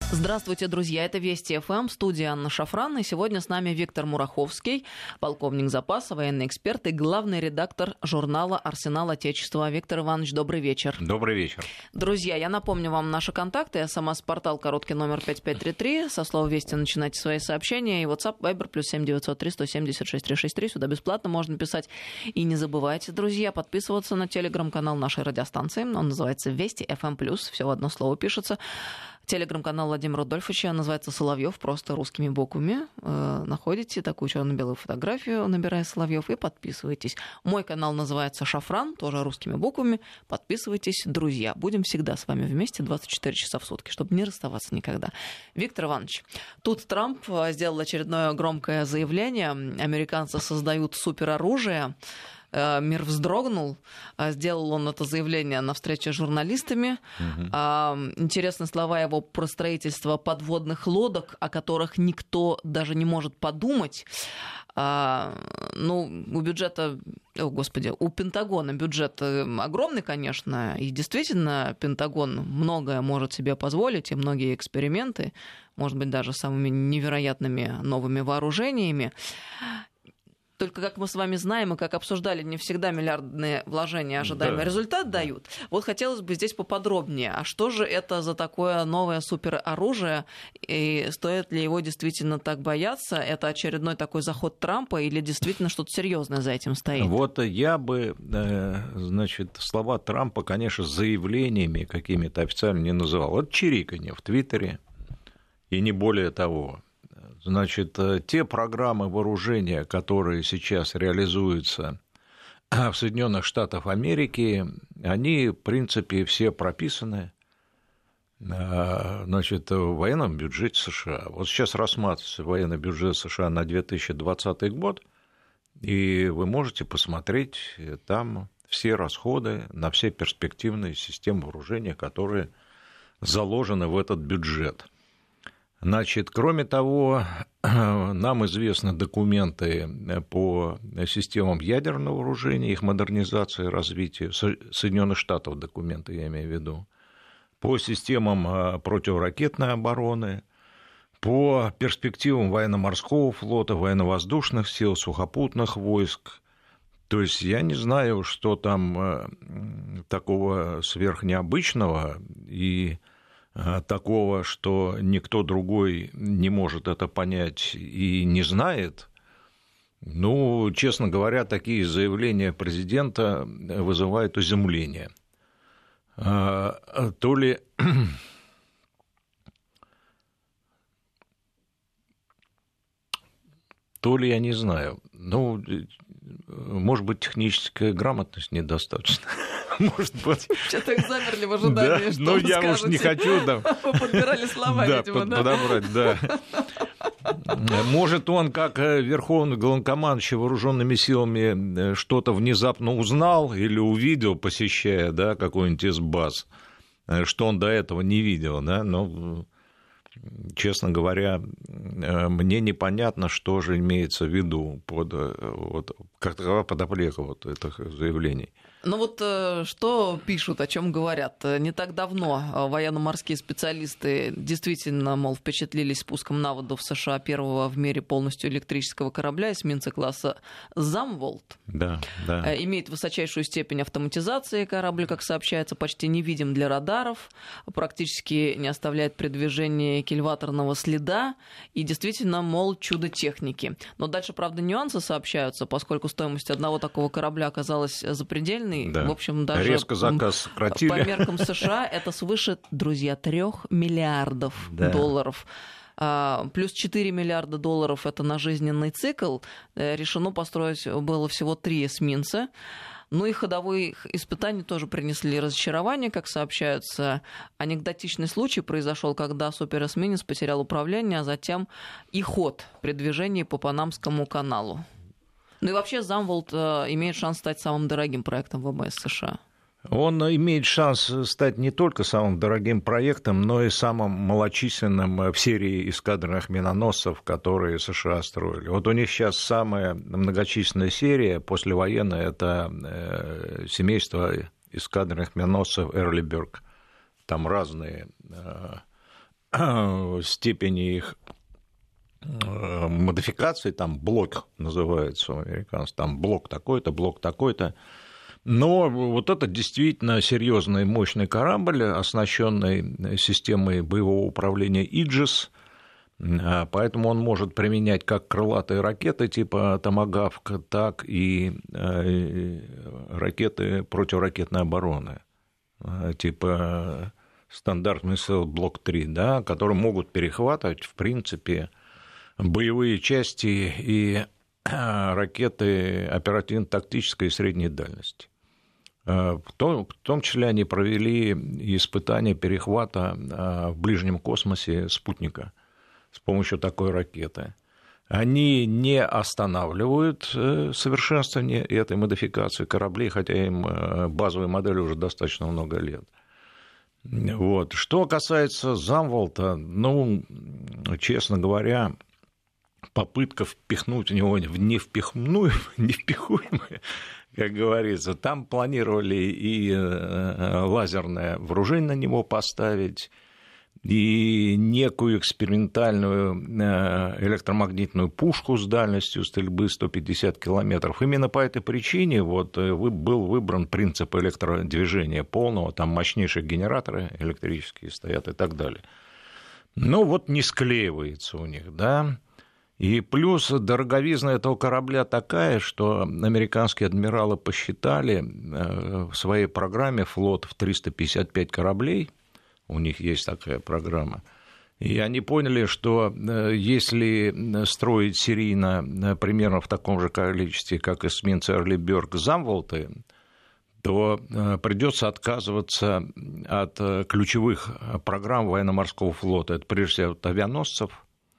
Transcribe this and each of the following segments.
Здравствуйте, друзья. Это Вести ФМ, студия Анна Шафран. И сегодня с нами Виктор Мураховский, полковник запаса, военный эксперт и главный редактор журнала «Арсенал Отечества». Виктор Иванович, добрый вечер. Добрый вечер. Друзья, я напомню вам наши контакты. СМС-портал короткий номер 5533. Со слова «Вести» начинайте свои сообщения. И WhatsApp, Viber, +7 903 176 363. Сюда бесплатно можно писать. И не забывайте, друзья, подписываться на телеграм-канал нашей радиостанции. Он называется «Вести ФМ+». Все в одно слово пишется. Телеграм-канал Владимира Рудольфовича называется «Соловьев», просто русскими буквами. Находите такую черно-белую фотографию, набирая «Соловьев», и подписывайтесь. Мой канал называется «Шафран», тоже русскими буквами. Подписывайтесь, друзья. Будем всегда с вами вместе 24 часа в сутки, чтобы не расставаться никогда. Виктор Иванович, тут Трамп сделал очередное громкое заявление. Американцы создают супероружие. Мир вздрогнул. Сделал он это заявление на встрече с журналистами. Интересны слова его про строительство подводных лодок, о которых никто даже не может подумать. У бюджета, у Пентагона бюджет огромный, конечно, и действительно Пентагон многое может себе позволить, и многие эксперименты, может быть, даже самыми невероятными новыми вооружениями. Только, как мы с вами знаем и как обсуждали, не всегда миллиардные вложения ожидаемый результат дают. Вот хотелось бы здесь поподробнее. А что же это за такое новое супероружие? И стоит ли его действительно так бояться? Это очередной такой заход Трампа или действительно что-то серьезное за этим стоит? Вот я бы, слова Трампа, конечно, заявлениями какими-то официально не называл. Вот чириканье в Твиттере, и не более того. Значит, те программы вооружения, которые сейчас реализуются в Соединенных Штатах Америки, они, в принципе, все прописаны, в военном бюджете США. Вот сейчас рассматривается военный бюджет США на 2020 год, и вы можете посмотреть там все расходы на все перспективные системы вооружения, которые заложены в этот бюджет. Значит, кроме того, нам известны документы по системам ядерного вооружения, их модернизации и развития, Соединенных Штатов документы, я имею в виду, по системам противоракетной обороны, по перспективам военно-морского флота, военно-воздушных сил, сухопутных войск. То есть я не знаю, что там такого сверхнеобычного и такого, что никто другой не может это понять и не знает. Честно говоря, такие заявления президента вызывают изумление. То ли я не знаю. Может быть, техническая грамотность недостаточно. Может быть. Что-то их замерли в ожидании, да, что вы я скажете. уж не хочу. Да. Подбирали слова, видимо, да? Подобрать, да. Может, он, как верховный главнокомандующий вооруженными силами, что-то внезапно узнал или увидел, посещая, да, какой-нибудь из баз, что он до этого не видел, да, но... Честно говоря, мне непонятно, что же имеется в виду какова подоплека этих заявлений. Что пишут, о чем говорят? Не так давно военно-морские специалисты действительно, впечатлились спуском на воду в США первого в мире полностью электрического корабля эсминца класса «Замволт». Да. Имеет высочайшую степень автоматизации корабль, как сообщается, почти невидим для радаров, практически не оставляет при движении кильваторного следа и действительно, чудо техники. Но дальше, правда, нюансы сообщаются, поскольку стоимость одного такого корабля оказалась запредельной. Да. В общем, даже резко заказ сократили. По меркам США это свыше, друзья, 3 миллиардов долларов. Плюс 4 миллиарда долларов это на жизненный цикл. Решено построить было всего 3 эсминца. И ходовых испытаний тоже принесли разочарование, как сообщаются. Анекдотичный случай произошел, когда суперэсминец потерял управление, а затем и ход при движении по Панамскому каналу. И вообще Замволт имеет шанс стать самым дорогим проектом ВМС США. Он имеет шанс стать не только самым дорогим проектом, но и самым малочисленным в серии эскадренных миноносцев, которые США строили. Вот у них сейчас самая многочисленная серия послевоенная – это семейство эскадренных миноносцев «Эрлиберг». Там разные степени их модификации, там блок называется у американцев, там блок такой-то. Но вот это действительно серьезный мощный корабль, оснащенный системой боевого управления Aegis, поэтому он может применять как крылатые ракеты типа «Томагавк», так и ракеты противоракетной обороны, типа «Стандарт Миссил Блок 3», да, которые могут перехватывать, в принципе, боевые части и ракеты оперативно-тактической и средней дальности. В том числе они провели испытания перехвата в ближнем космосе спутника с помощью такой ракеты. Они не останавливают совершенствование этой модификации кораблей, хотя им базовые модели уже достаточно много лет. Вот. Что касается Замвалта, честно говоря, попытка впихнуть в него невпихуемое, как говорится, там планировали и лазерное вооружение на него поставить, и некую экспериментальную электромагнитную пушку с дальностью стрельбы 150 километров. Именно по этой причине был выбран принцип электродвижения полного, там мощнейшие генераторы электрические стоят и так далее. Но вот не склеивается у них, да. И плюс дороговизна этого корабля такая, что американские адмиралы посчитали в своей программе флот в 355 кораблей, у них есть такая программа, и они поняли, что если строить серийно примерно в таком же количестве, как эсминцы «Арлиберг», «Замвалты», то придется отказываться от ключевых программ военно-морского флота. Это прежде всего от авианосцев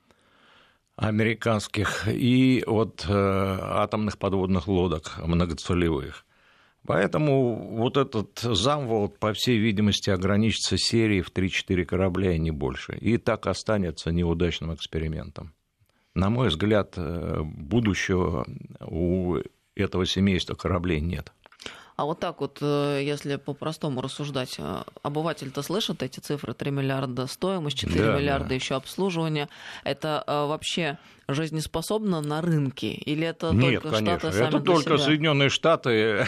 американских и от атомных подводных лодок многоцелевых. Поэтому вот этот Замвалт, по всей видимости, ограничится серией в 3-4 корабля и не больше. И так останется неудачным экспериментом. На мой взгляд, будущего у этого семейства кораблей нет. А вот так вот, если по-простому рассуждать, обыватель-то слышит эти цифры: 3 миллиарда стоимость, 4 миллиарда еще обслуживание. Это вообще жизнеспособно на рынке? Или это Нет, только конечно. Штаты сами это для только себя? Соединенные Штаты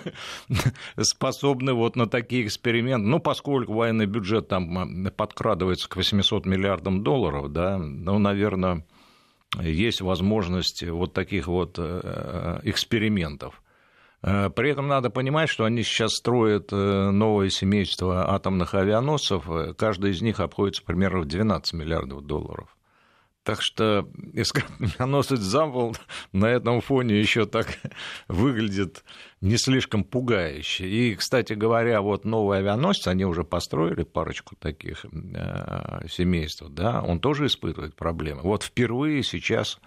способны вот на такие эксперименты. Поскольку военный бюджет там подкрадывается к 800 миллиардам долларов, да, наверное, есть возможность вот таких вот экспериментов. При этом надо понимать, что они сейчас строят новое семейство атомных авианосцев, каждый из них обходится примерно в 12 миллиардов долларов. Так что авианосец Замвалт на этом фоне еще так выглядит не слишком пугающе. И, кстати говоря, вот новый авианосец, они уже построили парочку таких семейств, да, он тоже испытывает проблемы. Вот впервые сейчас,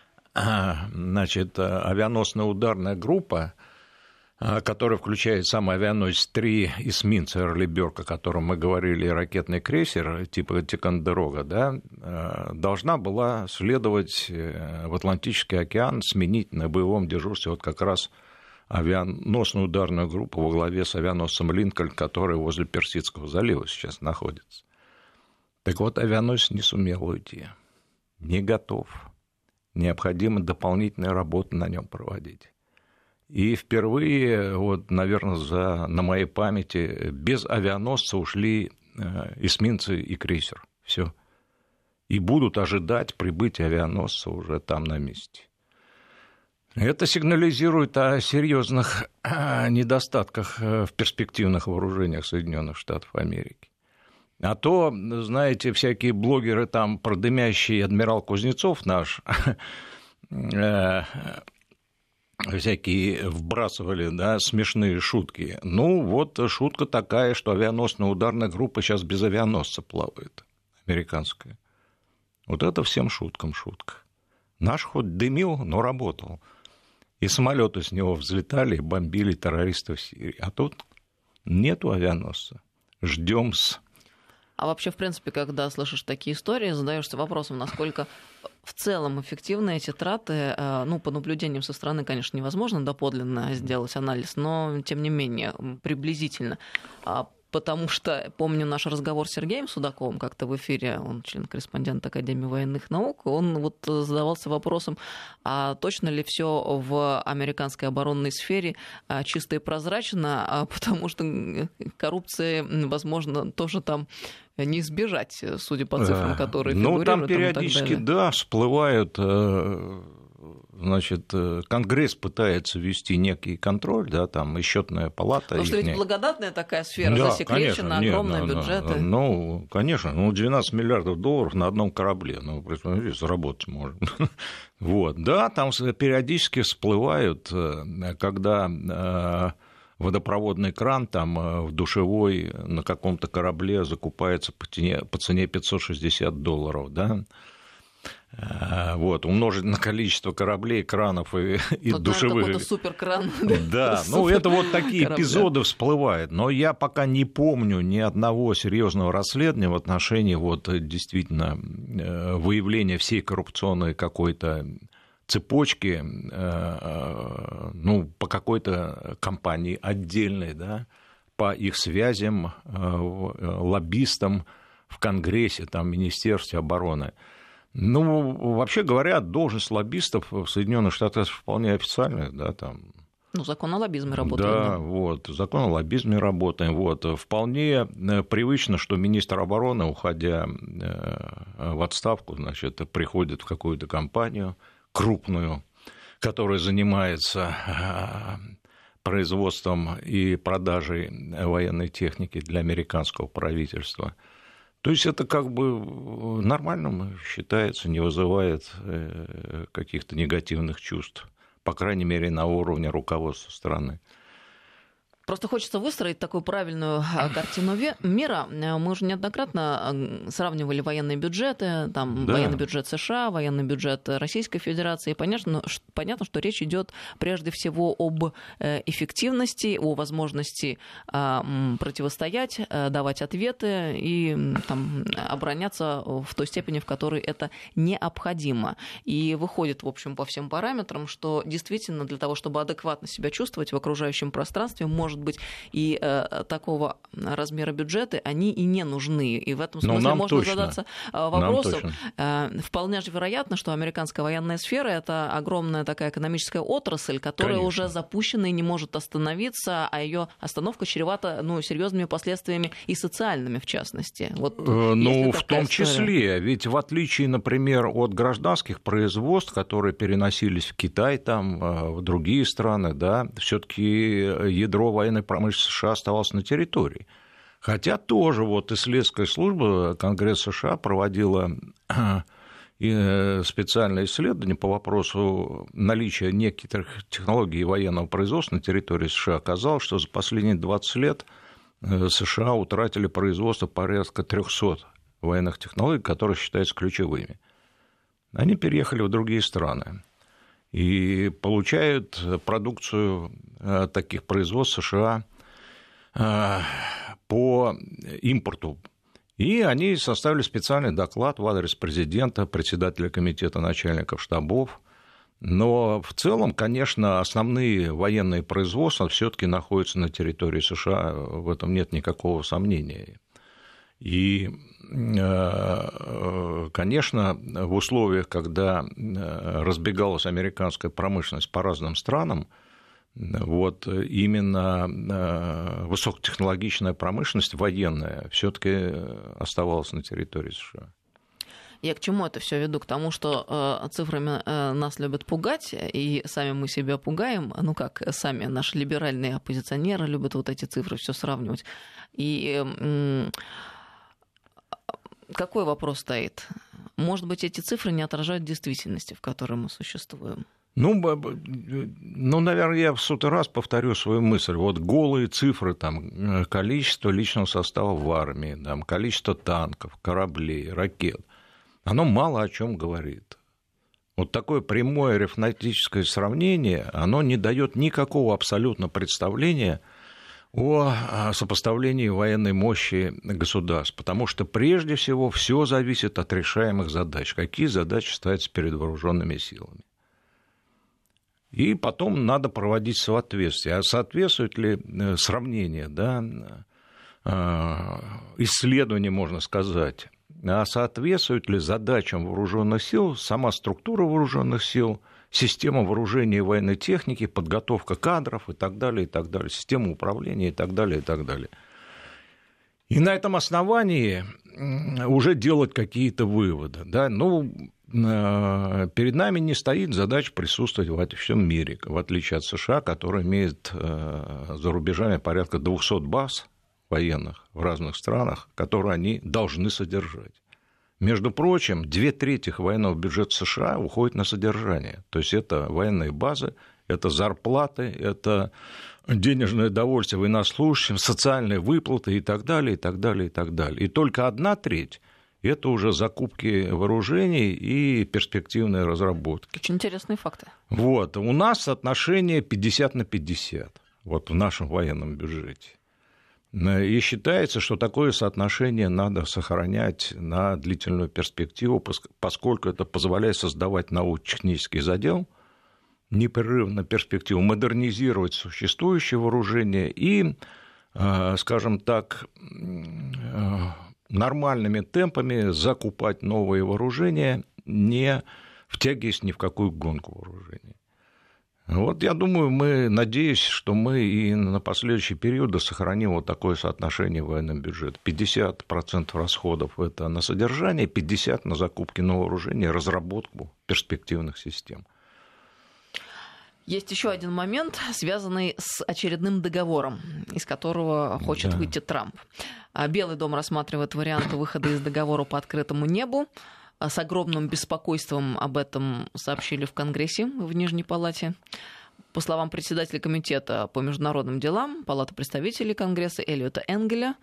значит, авианосная ударная группа, которая включает сам авианосец 3 эсминца «Арлиберг», о котором мы говорили, и ракетный крейсер типа «Тикандерога», да, должна была следовать в Атлантический океан, сменить на боевом дежурстве вот как раз авианосную ударную группу во главе с авианосцем «Линкольн», который возле Персидского залива сейчас находится. Так вот, авианосец не сумел уйти, не готов. Необходимо дополнительные работы на нем проводить. И впервые, вот, наверное, на моей памяти, без авианосца ушли эсминцы и крейсер. Все. И будут ожидать прибытия авианосца уже там на месте. Это сигнализирует о серьезных недостатках в перспективных вооружениях Соединенных Штатов Америки. А то, знаете, всякие блогеры, там, продымящий адмирал Кузнецов наш, всякие вбрасывали, да, смешные шутки. Вот шутка такая, что авианосная ударная группа сейчас без авианосца плавает, американская. Вот это всем шуткам шутка. Наш хоть дымил, но работал. И самолеты с него взлетали и бомбили террористов в Сирии. А тут нету авианосца. Ждем-с. А вообще, в принципе, когда слышишь такие истории, задаешься вопросом, насколько в целом эффективны эти траты. По наблюдениям со стороны, конечно, невозможно доподлинно сделать анализ, но, тем не менее, приблизительно. потому что помню наш разговор с Сергеем Судаковым как-то в эфире, он член-корреспондент Академии военных наук, он вот задавался вопросом, а точно ли все в американской оборонной сфере чисто и прозрачно, потому что коррупции, возможно, тоже там не избежать, судя по цифрам, которые фигурируют. Ну, там периодически, да, всплывают, значит, Конгресс пытается ввести некий контроль, да, там и счетная палата. Потому что ведь благодатная такая сфера, да, засекречена, огромные бюджеты. Ну, конечно, 12 миллиардов долларов на одном корабле, ну, посмотрите, заработать можно. Вот, да, там периодически всплывают, когда водопроводный кран там в душевой на каком-то корабле закупается по цене $560, да, вот, умножить на количество кораблей, кранов и душевых. Какой-то суперкран. Да, ну это вот такие эпизоды всплывают, но я пока не помню ни одного серьезного расследования в отношении вот действительно выявления всей коррупционной какой-то цепочки, ну, по какой-то компании отдельной, да, по их связям, лоббистам в Конгрессе, там, Министерстве обороны. Ну, вообще говоря, должность лоббистов в Соединенных Штатах вполне официальная, да, там. Ну, закон о лоббизме работает. Да, вот, закон о лоббизме работаем. Вот. Вполне привычно, что министр обороны, уходя в отставку, значит, приходит в какую-то компанию крупную, которая занимается производством и продажей военной техники для американского правительства. То есть это как бы нормально считается, не вызывает каких-то негативных чувств, по крайней мере, на уровне руководства страны. Просто хочется выстроить такую правильную картину мира. Мы уже неоднократно сравнивали военные бюджеты, там, да. Военный бюджет США, военный бюджет Российской Федерации. И понятно, что речь идет прежде всего об эффективности, о возможности противостоять, давать ответы и там, обороняться в той степени, в которой это необходимо. И выходит, в общем, по всем параметрам, что действительно для того, чтобы адекватно себя чувствовать в окружающем пространстве, может быть, и такого размера бюджеты, они и не нужны. И в этом смысле можно задаться вопросом. Вполне же вероятно, что американская военная сфера — это огромная такая экономическая отрасль, которая уже запущена и не может остановиться, а ее остановка чревата серьезными последствиями и социальными, в частности. Вот, ну, в том числе. Ведь в отличие, например, от гражданских производств, которые переносились в Китай, там, в другие страны, да, все-таки ядро военной промышленности США оставалось на территории. Хотя тоже вот исследовательская служба Конгресса США проводила специальное исследование по вопросу наличия некоторых технологий военного производства на территории США. Оказалось, что за последние 20 лет США утратили производство порядка 300 военных технологий, которые считаются ключевыми. Они переехали в другие страны и получают продукцию таких производств США по импорту. И они составили специальный доклад в адрес президента, председателя комитета начальников штабов. Но в целом, конечно, основные военные производства все-таки находятся на территории США, в этом нет никакого сомнения. И, конечно, в условиях, когда разбегалась американская промышленность по разным странам, вот именно высокотехнологичная промышленность военная все-таки оставалась на территории США. Я к чему это все веду? К тому, что цифрами нас любят пугать, и сами мы себя пугаем. Ну как, сами наши либеральные оппозиционеры любят вот эти цифры все сравнивать. И какой вопрос стоит? Может быть, эти цифры не отражают действительности, в которой мы существуем? Ну, наверное, я в сотый раз повторю свою мысль. Вот голые цифры, там, количество личного состава в армии, там, количество танков, кораблей, ракет, оно мало о чем говорит. Вот такое прямое арифметическое сравнение, оно не дает никакого абсолютно представления о сопоставлении военной мощи государств, потому что прежде всего все зависит от решаемых задач. Какие задачи ставятся перед вооруженными силами? И потом надо проводить соответствие. А соответствует ли сравнение, да, исследование, можно сказать, а соответствует ли задачам вооруженных сил сама структура вооруженных сил, система вооружения и военной техники, подготовка кадров и так далее, система управления и так далее, и так далее. И на этом основании уже делать какие-то выводы. Да? Перед нами не стоит задача присутствовать во всем мире, в отличие от США, который имеет за рубежами порядка 200 баз военных в разных странах, которые они должны содержать. Между прочим, 2/3 военного бюджета США уходит на содержание. То есть это военные базы, это зарплаты, это денежное довольствие военнослужащим, социальные выплаты и так далее, и так далее, и так далее. И только 1/3 это уже закупки вооружений и перспективные разработки. Очень интересные факты. Вот. У нас соотношение 50/50 вот в нашем военном бюджете. И считается, что такое соотношение надо сохранять на длительную перспективу, поскольку это позволяет создавать научно-технический задел, непрерывно перспективу, модернизировать существующее вооружение и, скажем так, нормальными темпами закупать новые вооружения, не втягиваясь ни в какую гонку вооружений. Вот я думаю, надеюсь, что мы и на последующие периоды сохраним вот такое соотношение в военном бюджете. 50% расходов – это на содержание, 50% на закупки нового вооружения, разработку перспективных систем. Есть еще один момент, связанный с очередным договором, из которого хочет выйти Трамп. Белый дом рассматривает варианты выхода из договора по открытому небу. С огромным беспокойством об этом сообщили в Конгрессе, в Нижней Палате. По словам председателя комитета по международным делам Палаты представителей Конгресса Элиота Энгеля,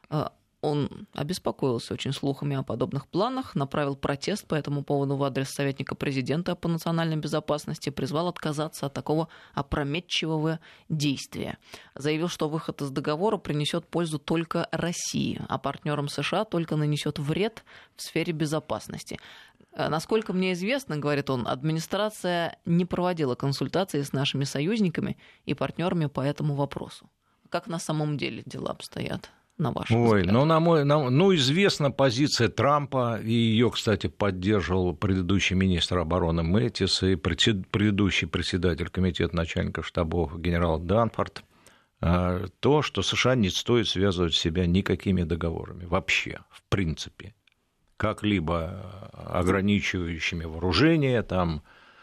он обеспокоился очень слухами о подобных планах, направил протест по этому поводу в адрес советника президента по национальной безопасности, призвал отказаться от такого опрометчивого действия. Заявил, что выход из договора принесет пользу только России, а партнерам США только нанесет вред в сфере безопасности. Насколько мне известно, говорит он, администрация не проводила консультации с нашими союзниками и партнерами по этому вопросу. Как на самом деле дела обстоят? На ваш взгляд? Известна позиция Трампа, и ее, кстати, поддерживал предыдущий министр обороны Мэттис и предыдущий председатель комитета начальников штабов генерал Данфорд, то, что США не стоит связывать себя никакими договорами вообще, в принципе, как-либо ограничивающими вооружение, там,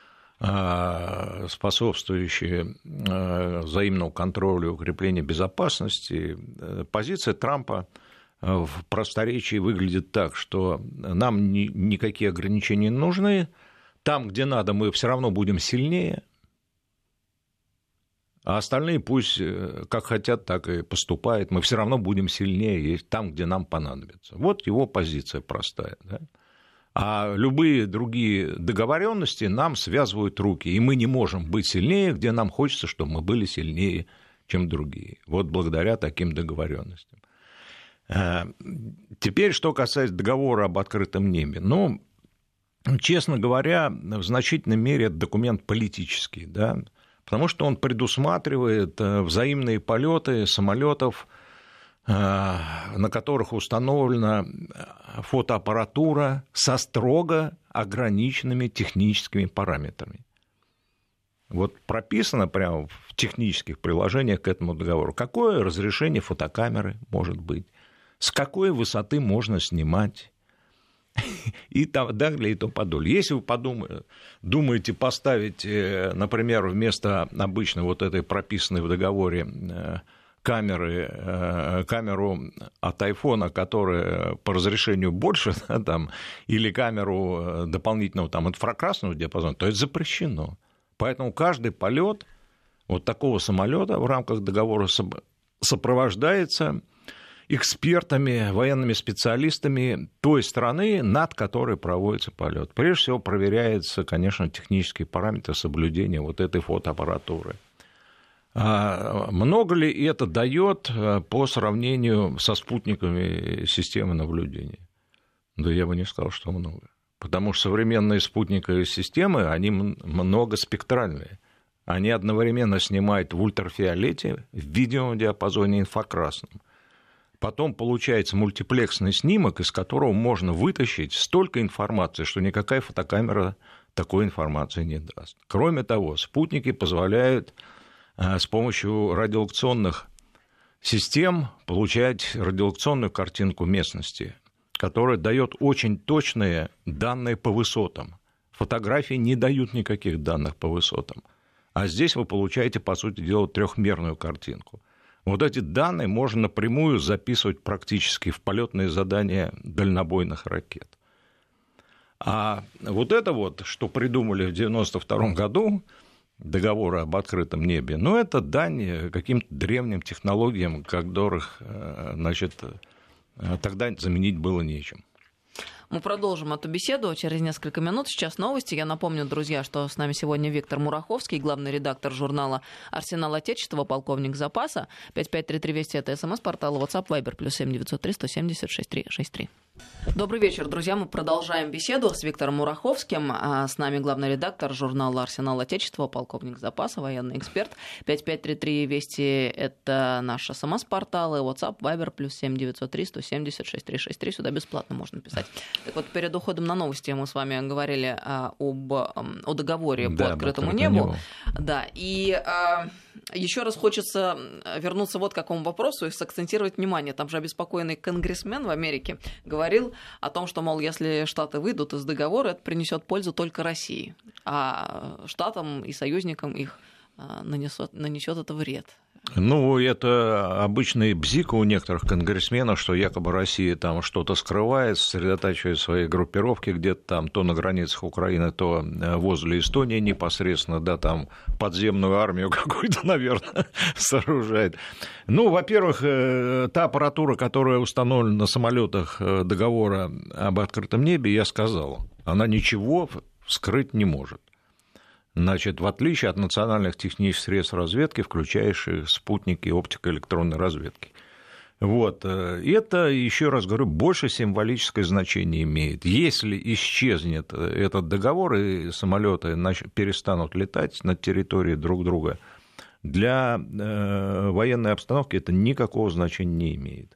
способствующие взаимному контролю и укреплению безопасности. Позиция Трампа в просторечии выглядит так, что нам никакие ограничения не нужны, там, где надо, мы все равно будем сильнее, а остальные пусть как хотят, так и поступают, мы все равно будем сильнее там, где нам понадобится. Вот его позиция простая, да? А любые другие договоренности нам связывают руки, и мы не можем быть сильнее, где нам хочется, чтобы мы были сильнее, чем другие. Вот благодаря таким договоренностям. Теперь, что касается договора об открытом небе. Честно говоря, в значительной мере это документ политический, да, потому что он предусматривает взаимные полеты самолетов, на которых установлена фотоаппаратура со строго ограниченными техническими параметрами. Вот прописано прямо в технических приложениях к этому договору, какое разрешение фотокамеры может быть, с какой высоты можно снимать, и так далее, и тому подобное. Если вы думаете поставить, например, вместо обычной вот этой прописанной в договоре камеру от айфона, которая по разрешению больше, да, там, или камеру дополнительного там, инфракрасного диапазона, то это запрещено. Поэтому каждый полет вот такого самолета в рамках договора сопровождается экспертами, военными специалистами той страны, над которой проводится полет. Прежде всего проверяются, конечно, технические параметры соблюдения вот этой фотоаппаратуры. Много ли это дает по сравнению со спутниковыми системами наблюдения? Да я бы не сказал, что много. Потому что современные спутниковые системы, они многоспектральные. Они одновременно снимают в ультрафиолете, в видимом диапазоне, инфракрасном. потом получается мультиплексный снимок, из которого можно вытащить столько информации, что никакая фотокамера такой информации не даст. Кроме того, спутники позволяют с помощью радиолокационных систем получать радиолокационную картинку местности, которая дает очень точные данные по высотам. Фотографии не дают никаких данных по высотам. А здесь вы получаете, по сути дела, трехмерную картинку. Вот эти данные можно напрямую записывать практически в полетные задания дальнобойных ракет. А вот это вот, что придумали в 1992 году, договоры об открытом небе, ну, это дань каким-то древним технологиям, которых, значит, тогда заменить было нечем. Мы продолжим эту беседу через несколько минут. Сейчас новости. Я напомню, друзья, что с нами сегодня Виктор Мураховский, главный редактор журнала «Арсенал Отечества», полковник запаса. 5533 Вести — это СМС-портал, WhatsApp, Viber, +7 903 170 6363. Добрый вечер, друзья. Мы продолжаем беседу с Виктором Мураховским. С нами главный редактор журнала «Арсенал Отечества», полковник запаса, военный эксперт. 5533 Вести — это наш СМС-портал, и WhatsApp, Viber, +7 903 170 6363. Сюда бесплатно можно писать. Так вот, перед уходом на новости мы с вами говорили о договоре по открытому небу. Да, и еще раз хочется вернуться вот к какому вопросу и сакцентировать внимание. Там же обеспокоенный конгрессмен в Америке говорил о том, что, мол, если Штаты выйдут из договора, это принесет пользу только России, а Штатам и союзникам их нанесет это вред. Ну, это обычный бзик у некоторых конгрессменов, что якобы Россия там что-то скрывает, сосредотачивает свои группировки где-то там, то на границах Украины, то возле Эстонии непосредственно, да, там подземную армию какую-то, наверное, сооружает. Ну, во-первых, та аппаратура, которая установлена на самолетах договора об открытом небе, я сказал, она ничего скрыть не может. Значит, в отличие от национальных технических средств разведки, включающих спутники оптико-электронной разведки. Вот. Это, еще раз говорю, больше символическое значение имеет. Если исчезнет этот договор, и самолеты перестанут летать над территорией друг друга, для военной обстановки это никакого значения не имеет.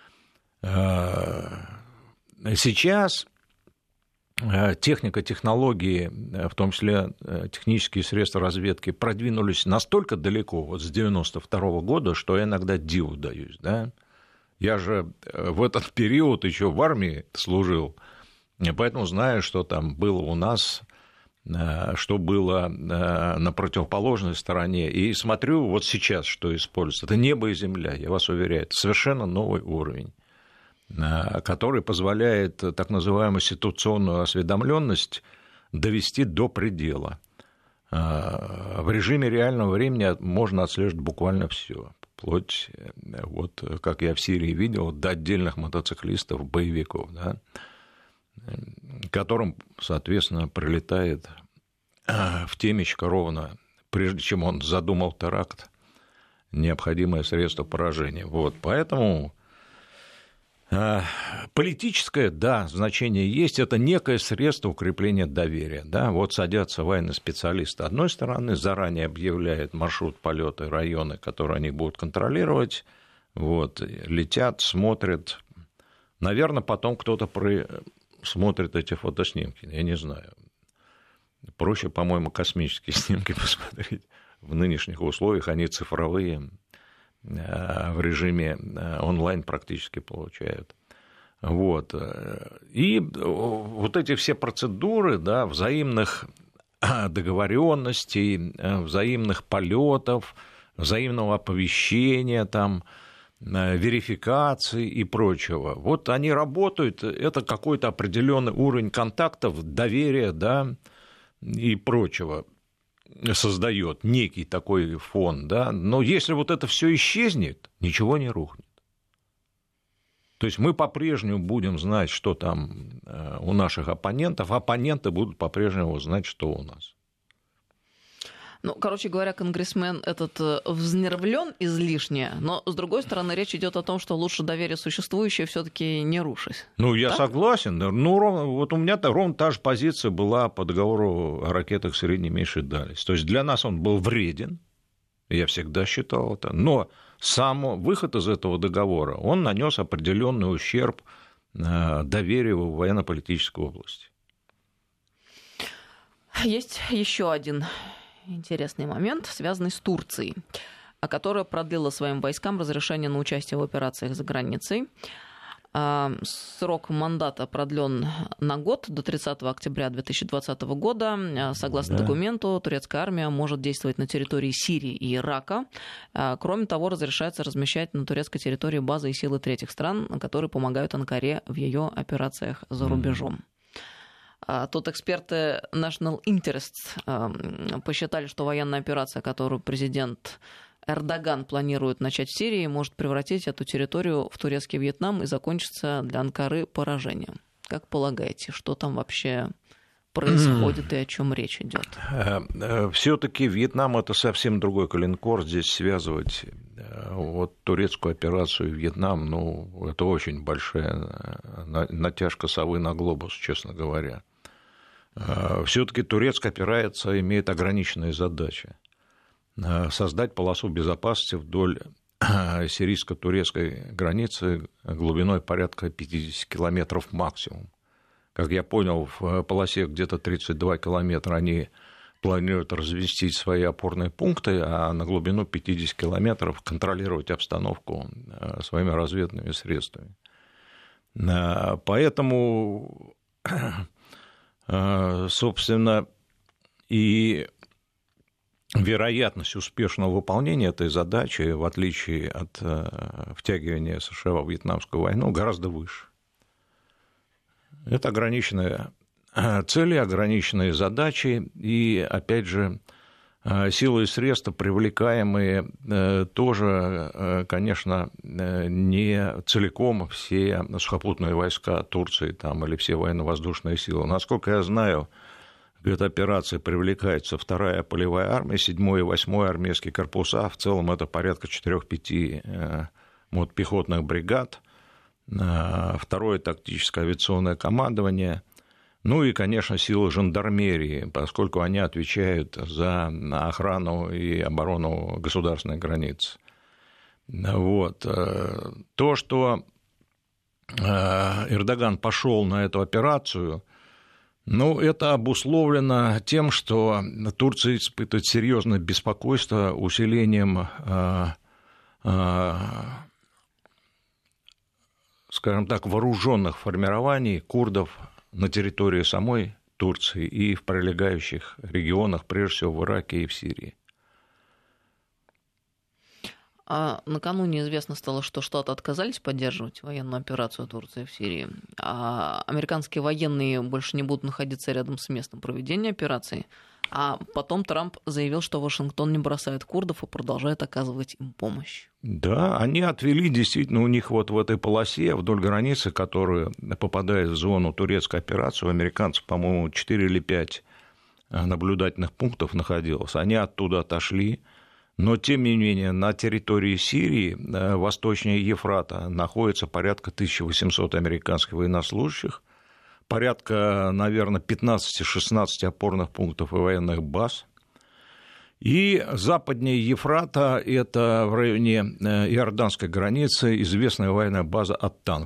Сейчас техника, технологии, в том числе технические средства разведки, продвинулись настолько далеко вот с 1992 года, что я иногда диву даюсь. Да? Я же в этот период еще в армии служил, поэтому знаю, что там было у нас, что было на противоположной стороне. И смотрю вот сейчас, что используется. Это небо и земля, я вас уверяю, это совершенно новый уровень, который позволяет так называемую ситуационную осведомленность довести до предела. В режиме реального времени можно отслеживать буквально все, вплоть, вот, как я в Сирии видел, до отдельных мотоциклистов, боевиков, да, которым, соответственно, прилетает в темечко ровно, прежде чем он задумал теракт, необходимое средство поражения. Вот, поэтому политическое, да, значение есть, это некое средство укрепления доверия. Да? Вот садятся военные специалисты одной стороны, заранее объявляют маршрут полета, районы, которые они будут контролировать, вот, летят, смотрят. Наверное, потом кто-то смотрит эти фотоснимки, я не знаю. Проще, по-моему, космические снимки посмотреть в нынешних условиях, они цифровые, в режиме онлайн практически получают. Вот. И вот эти все процедуры, да, взаимных договоренностей, взаимных полетов, взаимного оповещения, там, верификации и прочего, вот они работают, это какой-то определенный уровень контактов, доверия, да, и прочего создает некий такой фон, да, но если вот это все исчезнет, ничего не рухнет. То есть мы по-прежнему будем знать, что там у наших оппонентов, оппоненты будут по-прежнему знать, что у нас. Ну, короче говоря, конгрессмен этот взнервлен излишне, но, с другой стороны, речь идет о том, что лучше доверие существующее все-таки не рушить. Ну, я согласен. Ну, вот у меня-то ровно та же позиция была по договору о ракетах средней и меньшей дальности. То есть для нас он был вреден, я всегда считал это, но сам выход из этого договора, он нанес определенный ущерб доверию в военно-политической области. Есть еще один интересный момент, связанный с Турцией, которая продлила своим войскам разрешение на участие в операциях за границей. Срок мандата продлен на год, до 30 октября 2020 года. Согласно документу, турецкая армия может действовать на территории Сирии и Ирака. Кроме того, разрешается размещать на турецкой территории базы и силы третьих стран, которые помогают Анкаре в ее операциях за рубежом. Тут эксперты National Interest посчитали, что военная операция, которую президент Эрдоган планирует начать в Сирии, может превратить эту территорию в турецкий Вьетнам и закончиться для Анкары поражением. Как полагаете, что там вообще происходит и о чем речь идет? Все-таки Вьетнам — это совсем другой коленкор. Здесь связывать вот турецкую операцию и Вьетнам, ну, это очень большая натяжка совы на глобус, честно говоря. Все-таки турецкая операция имеет ограниченные задачи. Создать полосу безопасности вдоль сирийско-турецкой границы глубиной порядка 50 километров максимум. Как я понял, в полосе где-то 32 километра они планируют разместить свои опорные пункты, а на глубину 50 километров контролировать обстановку своими разведными средствами. Поэтому, собственно, и вероятность успешного выполнения этой задачи, в отличие от втягивания США во Вьетнамскую войну, гораздо выше. Это ограниченные цели, ограниченные задачи и, опять же, силы и средства, привлекаемые тоже, конечно, не целиком все сухопутные войска Турции там, или все военно-воздушные силы. Насколько я знаю, к этой операции привлекается 2-я полевая армия, 7-й и 8-й армейские корпуса. В целом это порядка 4-5 пехотных бригад, 2-е тактическое авиационное командование, ну и, конечно, силы жандармерии, поскольку они отвечают за охрану и оборону государственной границы. Вот. То, что Эрдоган пошел на эту операцию, ну, это обусловлено тем, что Турция испытывает серьезное беспокойство усилением, скажем так, вооруженных формирований курдов на территории самой Турции и в прилегающих регионах, прежде всего в Ираке и в Сирии. А накануне известно стало, что Штаты отказались поддерживать военную операцию Турции в Сирии, а американские военные больше не будут находиться рядом с местом проведения операции. А потом Трамп заявил, что Вашингтон не бросает курдов и продолжает оказывать им помощь. Да, они отвели, действительно, у них вот в этой полосе вдоль границы, которая попадает в зону турецкой операции, у американцев, по-моему, 4 или 5 наблюдательных пунктов находилось. Они оттуда отошли. Но, тем не менее, на территории Сирии, восточнее Ефрата, находится порядка 1800 американских военнослужащих, порядка, наверное, 15-16 опорных пунктов и военных баз. И западнее Ефрата, это в районе иорданской границы, известная военная база Ат-Танф.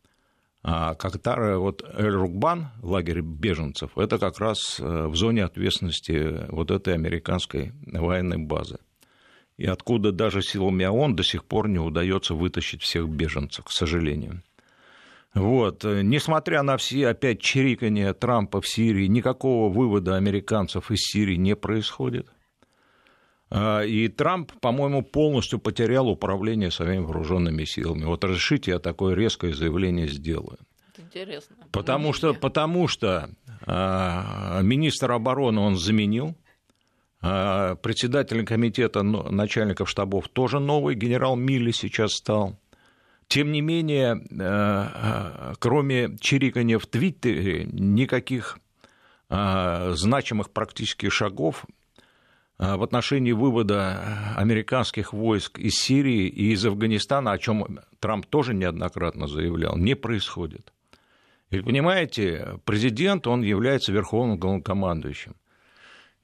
Вот Эль-Рукбан, лагерь беженцев, это как раз в зоне ответственности вот этой американской военной базы. И откуда даже силами ООН до сих пор не удается вытащить всех беженцев, к сожалению. Вот. Несмотря на все опять чирикания Трампа в Сирии, никакого вывода американцев из Сирии не происходит. И Трамп, по-моему, полностью потерял управление своими вооруженными силами. Вот разрешите, я такое резкое заявление сделаю. Это интересно. Потому что министр обороны он заменил. Председателем комитета начальников штабов тоже новый, генерал Милли сейчас стал. Тем не менее, кроме чирикания в Твиттере, никаких значимых практических шагов в отношении вывода американских войск из Сирии и из Афганистана, о чем Трамп тоже неоднократно заявлял, не происходит. И понимаете, президент, он является верховным главнокомандующим.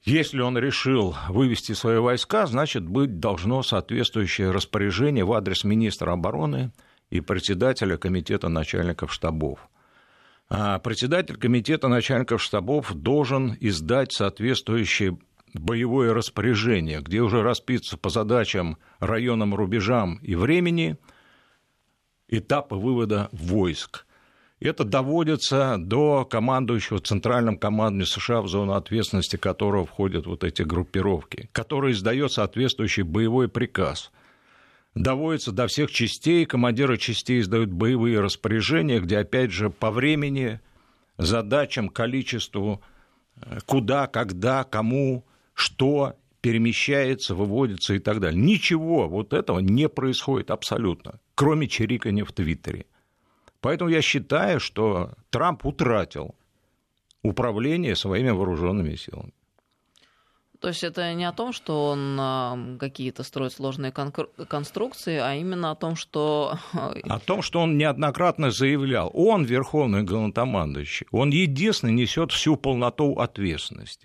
Если он решил вывести свои войска, значит, быть должно соответствующее распоряжение в адрес министра обороны и председателя комитета начальников штабов. А председатель комитета начальников штабов должен издать соответствующее боевое распоряжение, где уже расписывается по задачам, районам, рубежам и времени этапы вывода войск. Это доводится до командующего Центральным командованием США, в зону ответственности которого входят вот эти группировки, который издает соответствующий боевой приказ. Доводится до всех частей, командиры частей издают боевые распоряжения, где, опять же, по времени, задачам, количеству, куда, когда, кому, что перемещается, выводится и так далее. Ничего вот этого не происходит абсолютно, кроме чирикания в Твиттере. Поэтому я считаю, что Трамп утратил управление своими вооруженными силами. То есть это не о том, что он какие-то строит сложные конструкции, а именно о том, что... О том, что он неоднократно заявлял. Он верховный главнокомандующий. Он единственный несет всю полноту ответственности.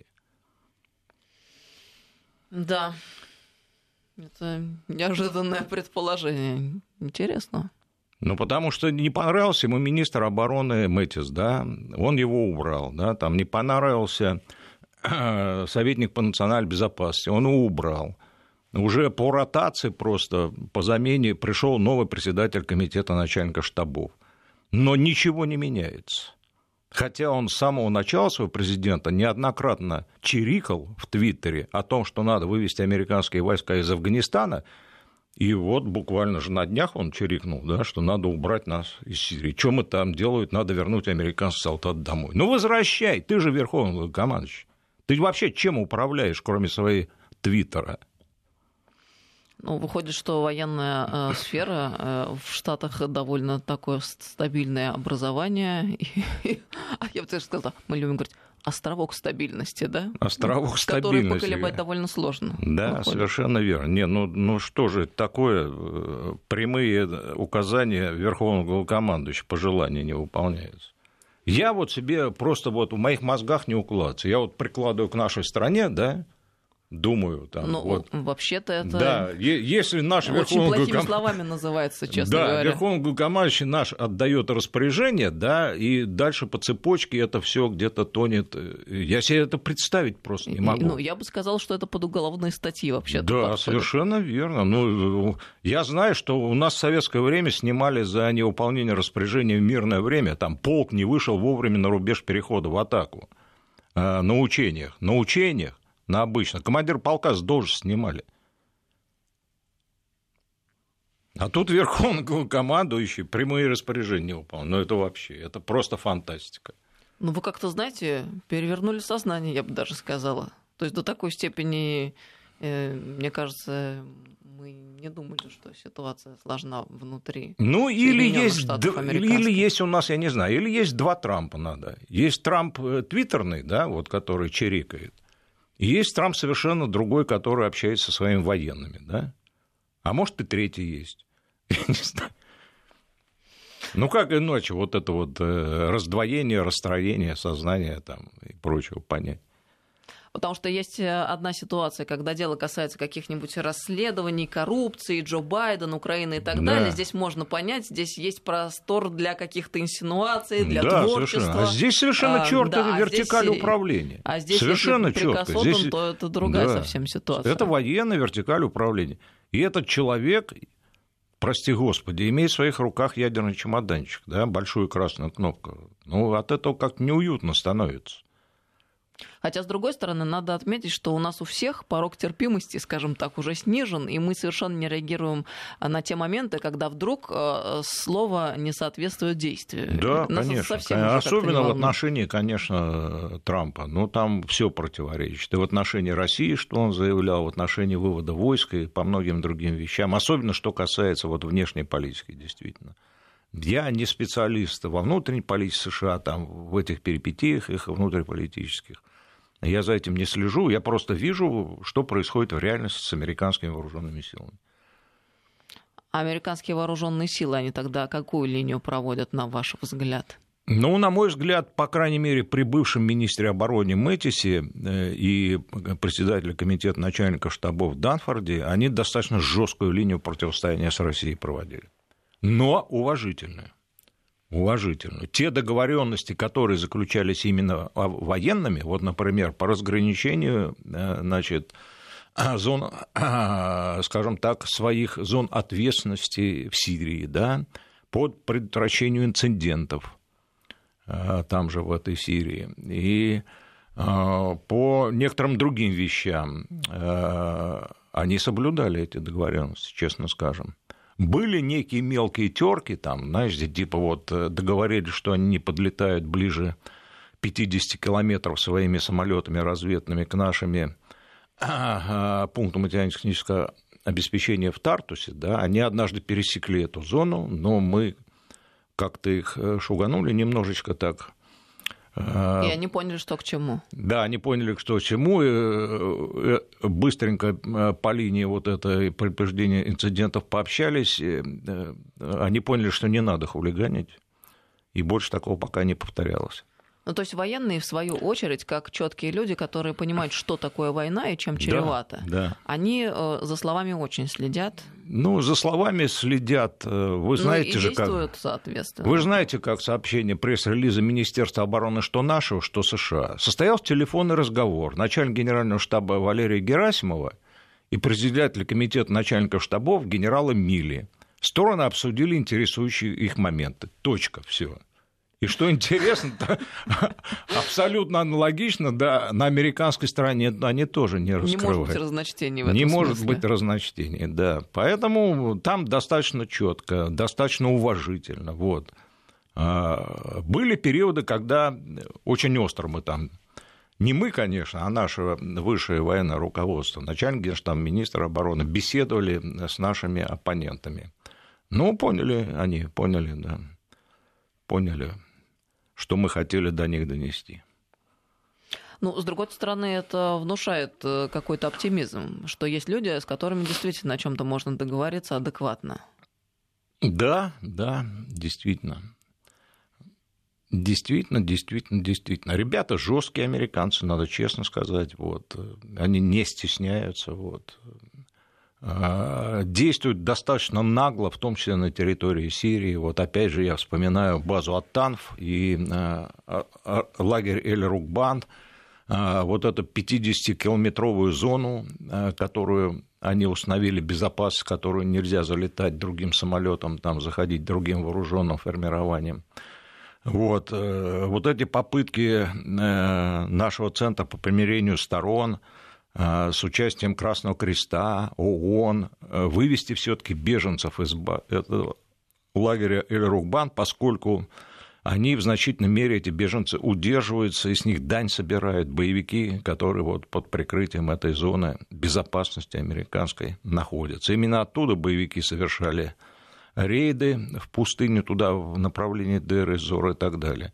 Да. Это неожиданное предположение. Интересно. Ну, потому что не понравился ему министр обороны Мэтис, да, он его убрал, да, там не понравился советник по национальной безопасности, он его убрал. Уже по ротации просто, по замене пришел новый председатель комитета начальников штабов. Но ничего не меняется. Хотя он с самого начала своего президента неоднократно чирикал в Твиттере о том, что надо вывести американские войска из Афганистана. И вот буквально же на днях он чирикнул, да, что надо убрать нас из Сирии. Что мы там делают, надо вернуть американских солдат домой. Ну, возвращай, ты же верховный командующий. Ты вообще чем управляешь, кроме своей Твиттера? Ну, выходит, что военная сфера в Штатах довольно такое стабильное образование. Я бы даже сказала, мы любим говорить, островок стабильности, да? Островок стабильности. Который поколебать довольно сложно. Да, выходит. Совершенно верно. Не, ну что же это такое? Прямые указания верховного главнокомандующего по желанию не выполняются. Я вот себе просто вот в моих мозгах не укладывается. Я вот прикладываю к нашей стране, да, думаю, там, ну, вот. Вообще-то это да, если наш очень плохими словами называется, честно говоря. Да, верховный главнокомандующий наш отдает распоряжение, да, и дальше по цепочке это все где-то тонет. Я себе это представить просто не могу. Ну, я бы сказал, что это под уголовные статьи вообще-то. Да, подходит. Совершенно верно. Ну, я знаю, что у нас в советское время снимали за невыполнение распоряжения в мирное время, там полк не вышел вовремя на рубеж перехода в атаку. На учениях. На обычно. Командир полка с должности снимали. А тут верховный главнокомандующий прямые распоряжения не выполнял. Ну, это вообще, это просто фантастика. Ну, вы как-то, знаете, перевернули сознание, я бы даже сказала. То есть до такой степени, мне кажется, мы не думали, что ситуация сложна внутри. Ну, или есть у нас, я не знаю, или есть два Трампа надо. Есть Трамп твиттерный, да, вот, который чирикает. И есть Трамп совершенно другой, который общается со своими военными, да? А может, и третий есть. Я не знаю. Ну, как иначе вот это вот раздвоение, расстроение сознания там, и прочего понять. Потому что есть одна ситуация, когда дело касается каких-нибудь расследований, коррупции, Джо Байден, Украины и так далее. Здесь можно понять, здесь есть простор для каких-то инсинуаций, для творчества. Совершенно. А здесь совершенно чёртовая вертикаль управления. А здесь, совершенно если приказ отдан, здесь... то это другая совсем ситуация. Это военная вертикаль управления. И этот человек, прости господи, имеет в своих руках ядерный чемоданчик, да, большую красную кнопку. Ну, от этого как-то неуютно становится. Хотя, с другой стороны, надо отметить, что у нас у всех порог терпимости, скажем так, уже снижен, и мы совершенно не реагируем на те моменты, когда вдруг слово не соответствует действию. Да, конечно. Особенно в отношении, конечно, Трампа. Ну, там все противоречит. И в отношении России, что он заявлял, в отношении вывода войск и по многим другим вещам. Особенно, что касается вот внешней политики, действительно. Я не специалист во внутренней политике США, там, в этих перипетиях их внутриполитических. Я за этим не слежу, я просто вижу, что происходит в реальности с американскими вооруженными силами. А американские вооруженные силы, они тогда какую линию проводят, на ваш взгляд? Ну, на мой взгляд, по крайней мере, при бывшем министре обороны Мэттисе и председателе комитета начальников штабов Данфорде, они достаточно жесткую линию противостояния с Россией проводили. Но уважительную. Уважительную. Те договоренности, которые заключались именно военными, вот, например, по разграничению, значит, зон, скажем так, своих зон ответственности в Сирии, да, по предотвращению инцидентов там же, в этой Сирии, и по некоторым другим вещам они соблюдали эти договоренности, честно скажем. Были некие мелкие терки, там, знаете, типа вот договорились, что они не подлетают ближе 50 километров своими самолетами разведными к нашим пунктам материально-технического обеспечения в Тартусе, да, они однажды пересекли эту зону, но мы как-то их шуганули немножечко так. И они поняли, что к чему. Да, они поняли, что к чему. И быстренько по линии вот этой предупреждения инцидентов пообщались. Они поняли, что не надо хулиганить. И больше такого пока не повторялось. Ну, то есть военные, в свою очередь, как четкие люди, которые понимают, что такое война и чем чревато, да. Они за словами очень следят. Ну, за словами следят. Вы знаете же, действуют, соответственно. Вы же знаете, как сообщение пресс-релиза Министерства обороны, что нашего, что США, состоялся телефонный разговор начальника генерального штаба Валерия Герасимова и председателя комитета начальников штабов генерала Милли. Стороны обсудили интересующие их моменты. Точка. Все. И что интересно, абсолютно аналогично, да, на американской стороне они тоже не раскрывают. Не может быть разночтений в этом смысле. Не может быть разночтений, да. Поэтому там достаточно четко, достаточно уважительно. Вот. Были периоды, когда очень остро мы там, не мы, конечно, а наше высшее военное руководство, начальник генштаба, министр обороны, беседовали с нашими оппонентами. Ну, поняли, да. Поняли, что мы хотели до них донести. Ну, с другой стороны, это внушает какой-то оптимизм, что есть люди, с которыми действительно о чем-то можно договориться адекватно. Да, действительно. Действительно. Ребята жесткие американцы, надо честно сказать. Вот. Они не стесняются. Вот. Действуют достаточно нагло, в том числе на территории Сирии. Вот опять же я вспоминаю базу Ат-Танф и лагерь Эль-Рукбан, вот эту 50-километровую зону, которую они установили, безопасность, в которую нельзя залетать другим самолетом, там заходить другим вооруженным формированием. Вот эти попытки нашего центра по примирению сторон с участием Красного Креста, ООН, вывести все-таки беженцев из этого лагеря Эль-Рукбан, поскольку они в значительной мере, эти беженцы, удерживаются, и с них дань собирают боевики, которые вот под прикрытием этой зоны безопасности американской находятся. Именно оттуда боевики совершали рейды в пустыню, туда, в направлении Дейр-эз-Зор и так далее.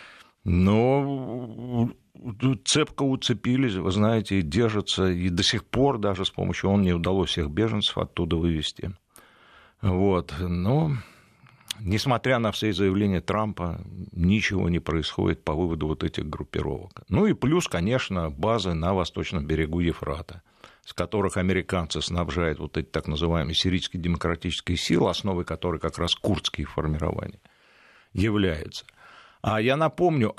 Но цепко уцепились, вы знаете, и держатся, и до сих пор даже с помощью ООН не удалось всех беженцев оттуда вывести. Вот. Но, несмотря на все заявления Трампа, ничего не происходит по выводу вот этих группировок. Ну и плюс, конечно, базы на восточном берегу Ефрата, с которых американцы снабжают вот эти так называемые сирийские демократические силы, основой которой как раз курдские формирования являются. А я напомню,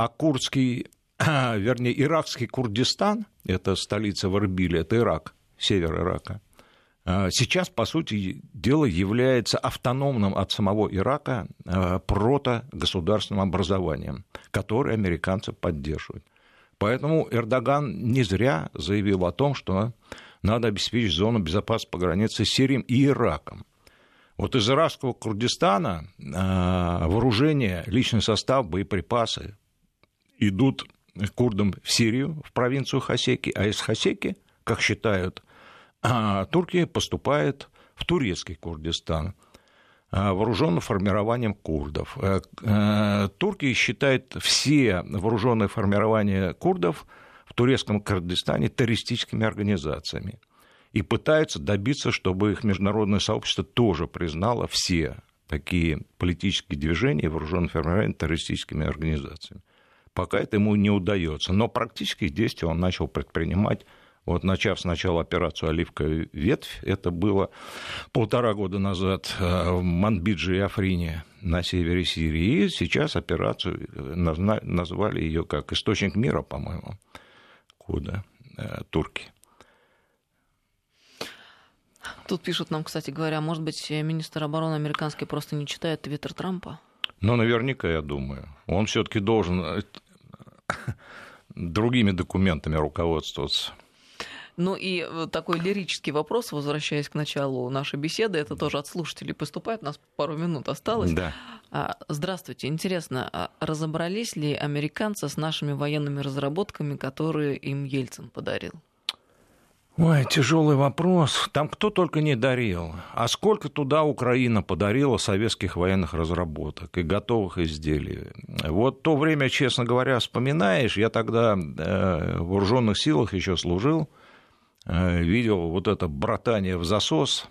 иракский Курдистан, это столица в Эрбиле, это Ирак, север Ирака, сейчас, по сути дела, является автономным от самого Ирака протогосударственным образованием, которое американцы поддерживают. Поэтому Эрдоган не зря заявил о том, что надо обеспечить зону безопасности по границе с Сирией и Ираком. Вот из иракского Курдистана вооружение, личный состав, боеприпасы идут к курдам в Сирию, в провинцию Хасеки, а из Хасеки, как считают турки, поступает в турецкий Курдистан вооруженным формированием курдов. Турки считают все вооруженные формирования курдов в турецком Курдистане террористическими организациями и пытаются добиться, чтобы их международное сообщество тоже признало все такие политические движения, вооруженные формирования террористическими организациями. Пока это ему не удается. Но практических действий он начал предпринимать. Вот, начав сначала операцию «Оливковая ветвь», это было 1,5 года назад в Манбидже и Африне на севере Сирии, и сейчас операцию назвали ее как «Источник мира», по-моему, куда турки. Тут пишут нам, кстати говоря, может быть, министр обороны американский просто не читает твиттер Трампа? Ну, наверняка, я думаю. Он все-таки должен другими документами руководствоваться. Ну и такой лирический вопрос, возвращаясь к началу нашей беседы, это тоже от слушателей поступает, у нас пару минут осталось. Да. Здравствуйте, интересно, разобрались ли американцы с нашими военными разработками, которые им Ельцин подарил? Ой, тяжелый вопрос. Там кто только не дарил. А сколько туда Украина подарила советских военных разработок и готовых изделий. Вот то время, честно говоря, вспоминаешь, я тогда в вооруженных силах еще служил, видел вот это братание в засос,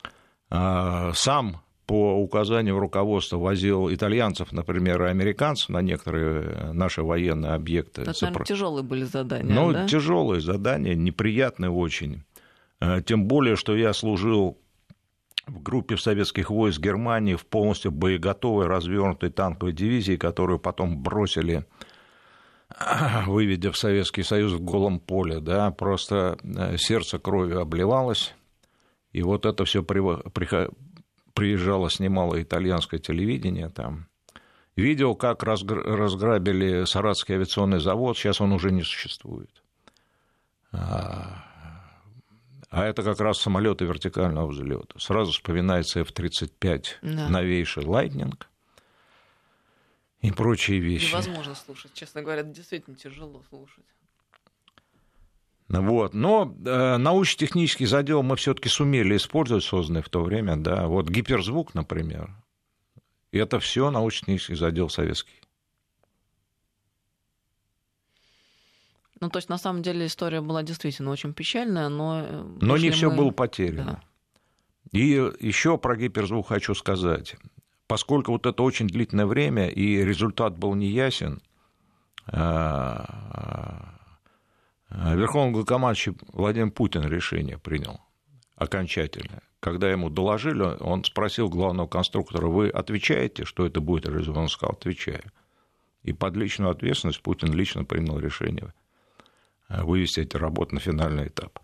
сам по указанию руководства возил итальянцев, например, и американцев на некоторые наши военные объекты. Это, наверное, тяжелые были задания, Ну, да? тяжелые задания, неприятные очень. Тем более, что я служил в группе советских войск Германии в полностью боеготовой развернутой танковой дивизии, которую потом бросили, выведя в Советский Союз в голом поле. Да, просто сердце кровью обливалось. И вот это все приезжало, снимало итальянское телевидение там. Видел, как разграбили Саратовский авиационный завод, сейчас он уже не существует. А это как раз самолеты вертикального взлета. Сразу вспоминается F-35, да. Новейший Лайтнинг и прочие вещи. Невозможно слушать, честно говоря, это действительно тяжело слушать. Вот. Но научно-технический задел мы все-таки сумели использовать, созданный в то время. Да. Вот гиперзвук, например, это все научно-технический задел советский. Ну, то есть, на самом деле, история была действительно очень печальная, но не все было потеряно. Да. И еще про гиперзвук хочу сказать. Поскольку вот это очень длительное время, и результат был неясен, Верховный главнокомандующий Владимир Путин решение принял окончательное. Когда ему доложили, он спросил главного конструктора: вы отвечаете, что это будет реализовано? Он сказал: отвечаю. И под личную ответственность Путин лично принял решение вывести эти работы на финальный этап.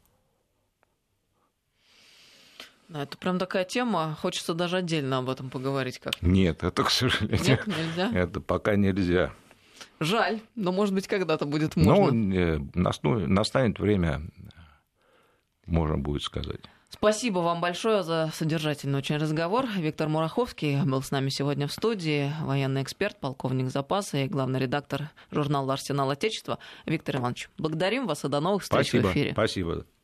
Это прям такая тема, хочется даже отдельно об этом поговорить как-то. Нет, это, к сожалению, нет, нельзя? Это пока нельзя. Жаль, но, может быть, когда-то будет можно. Настанет время, можно будет сказать. Спасибо вам большое за содержательный очень разговор. Виктор Мураховский был с нами сегодня в студии, военный эксперт, полковник запаса и главный редактор журнала «Арсенал Отечества». Виктор Иванович, благодарим вас и до новых встреч в эфире. Спасибо.